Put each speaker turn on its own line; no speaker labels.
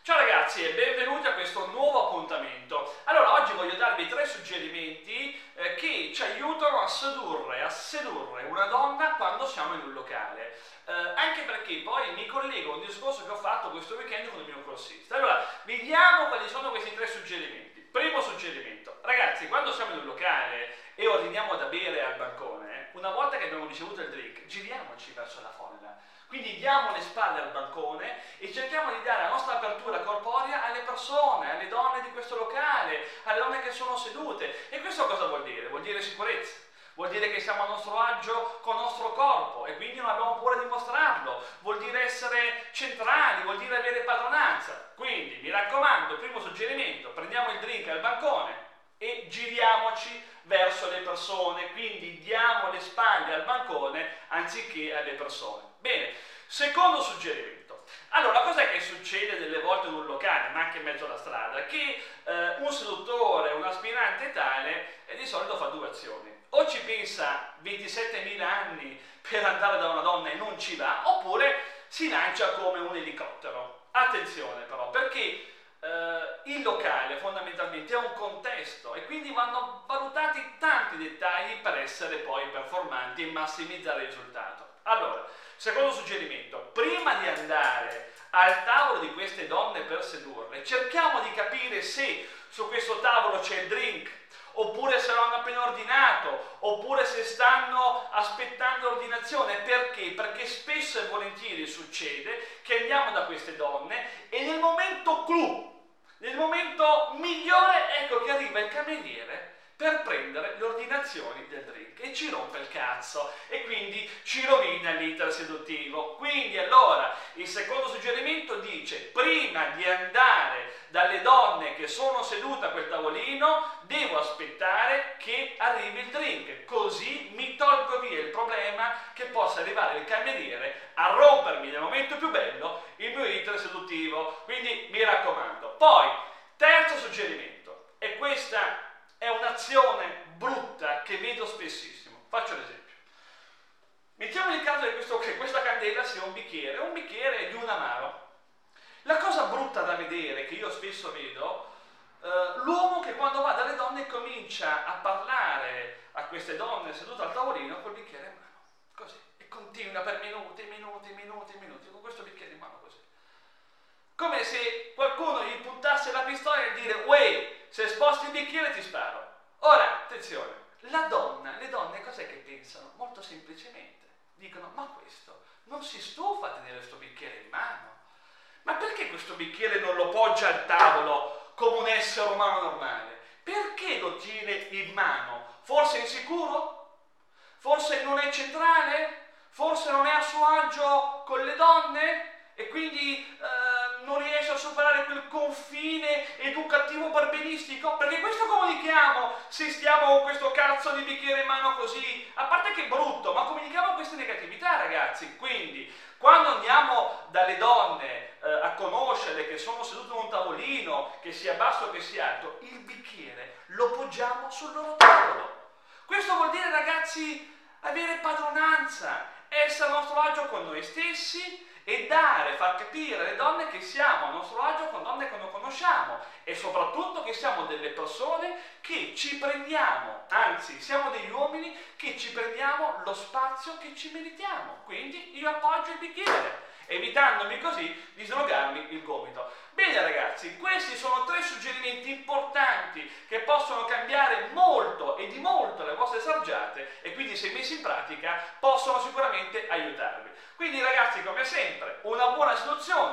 Ciao ragazzi e benvenuti a questo nuovo appuntamento. Allora, oggi voglio darvi 3 suggerimenti che ci aiutano a sedurre una donna quando siamo in un locale. Anche perché poi mi collego a un discorso che ho fatto questo weekend con il mio corsista. Allora, vediamo quali sono questi 3 suggerimenti. Primo suggerimento. Ragazzi, quando siamo in un locale e ordiniamo da bere al bancone, una volta che abbiamo ricevuto il drink, giriamoci verso la folla. Quindi diamo le spalle al bancone e cerchiamo di dare la nostra apertura corporea alle persone, alle donne di questo locale, alle donne che sono sedute. E questo cosa vuol dire? Vuol dire sicurezza. Vuol dire che siamo a nostro agio con il nostro corpo e quindi non abbiamo paura di mostrarlo. Vuol dire essere centrali, vuol dire avere padronanza. Quindi, mi raccomando, primo suggerimento, prendiamo il drink al bancone e giriamoci verso le persone, quindi diamo le spalle al bancone anziché alle persone. Bene, secondo suggerimento. Allora, cos'è che succede delle volte in un locale, ma anche in mezzo alla strada? Che un seduttore, un aspirante tale, di solito fa 2 azioni. O ci pensa 27.000 anni per andare da una donna e non ci va, oppure si lancia come un elicottero. Attenzione però, perché il locale fondamentalmente è un contesto e quindi vanno valutati tanti dettagli per essere poi performanti e massimizzare il risultato. Allora, secondo suggerimento, prima di andare al tavolo di queste donne per sedurle, cerchiamo di capire se su questo tavolo c'è il drink, oppure se lo hanno appena ordinato, oppure se stanno aspettando l'ordinazione. Perché? Perché spesso e volentieri succede che andiamo da queste donne e nel momento clou, nel momento migliore, ecco che arriva il cameriere per prendere le ordinazioni del drink e ci rompe il cazzo e quindi ci rovina l'iter seduttivo. Quindi allora il secondo suggerimento dice: prima di andare dalle donne che sono sedute a quel tavolino devo aspettare che arrivi il drink, così mi tolgo via il problema che possa arrivare il cameriere a rompermi nel momento più bello il mio iter seduttivo. Quindi mi raccomando. Poi terzo suggerimento, e questa è un'azione brutta che vedo spessissimo. Faccio l'esempio. Mettiamo il caso che questa candela sia un bicchiere di un amaro. La cosa brutta da vedere, che io spesso vedo, l'uomo che quando va dalle donne comincia a parlare a queste donne sedute al tavolino col bicchiere in mano, così, e continua per minuti con questo bicchiere in mano così. Come se qualcuno gli puntasse la pistola e dire: uè, se sposti il bicchiere ti sparo. Ora, attenzione, le donne cos'è che pensano? Molto semplicemente, dicono: ma questo non si stufa a tenere questo bicchiere in mano. Ma perché questo bicchiere non lo poggia al tavolo come un essere umano normale? Perché lo tiene in mano? Forse è insicuro? Forse non è centrale? Forse non è a suo agio con le donne? E quindi non riesce a superare quel confine educativo barberistico? Perché questo comunichiamo se stiamo con questo cazzo di bicchiere in mano così? A parte che è brutto, ma comunichiamo queste negatività, ragazzi. Quindi, quando andiamo dalle donne a conoscerle che sono sedute a un tavolino, che sia basso o che sia alto, il bicchiere lo poggiamo sul loro tavolo. Questo vuol dire, ragazzi, avere padronanza, essere a nostro agio con noi stessi e far capire alle donne che siamo a nostro agio con donne che non conosciamo e soprattutto che siamo delle persone che ci prendiamo, anzi siamo degli uomini che ci prendiamo lo spazio che ci meritiamo. Quindi io appoggio il bicchiere, evitandomi così di slogarmi il gomito. Bene ragazzi, questi sono 3 suggerimenti importanti che possono cambiare molto e di molto le vostre sargiate e quindi, se messi in pratica, possono sicuramente aiutarvi. Quindi ragazzi, come sempre, una buona seduzione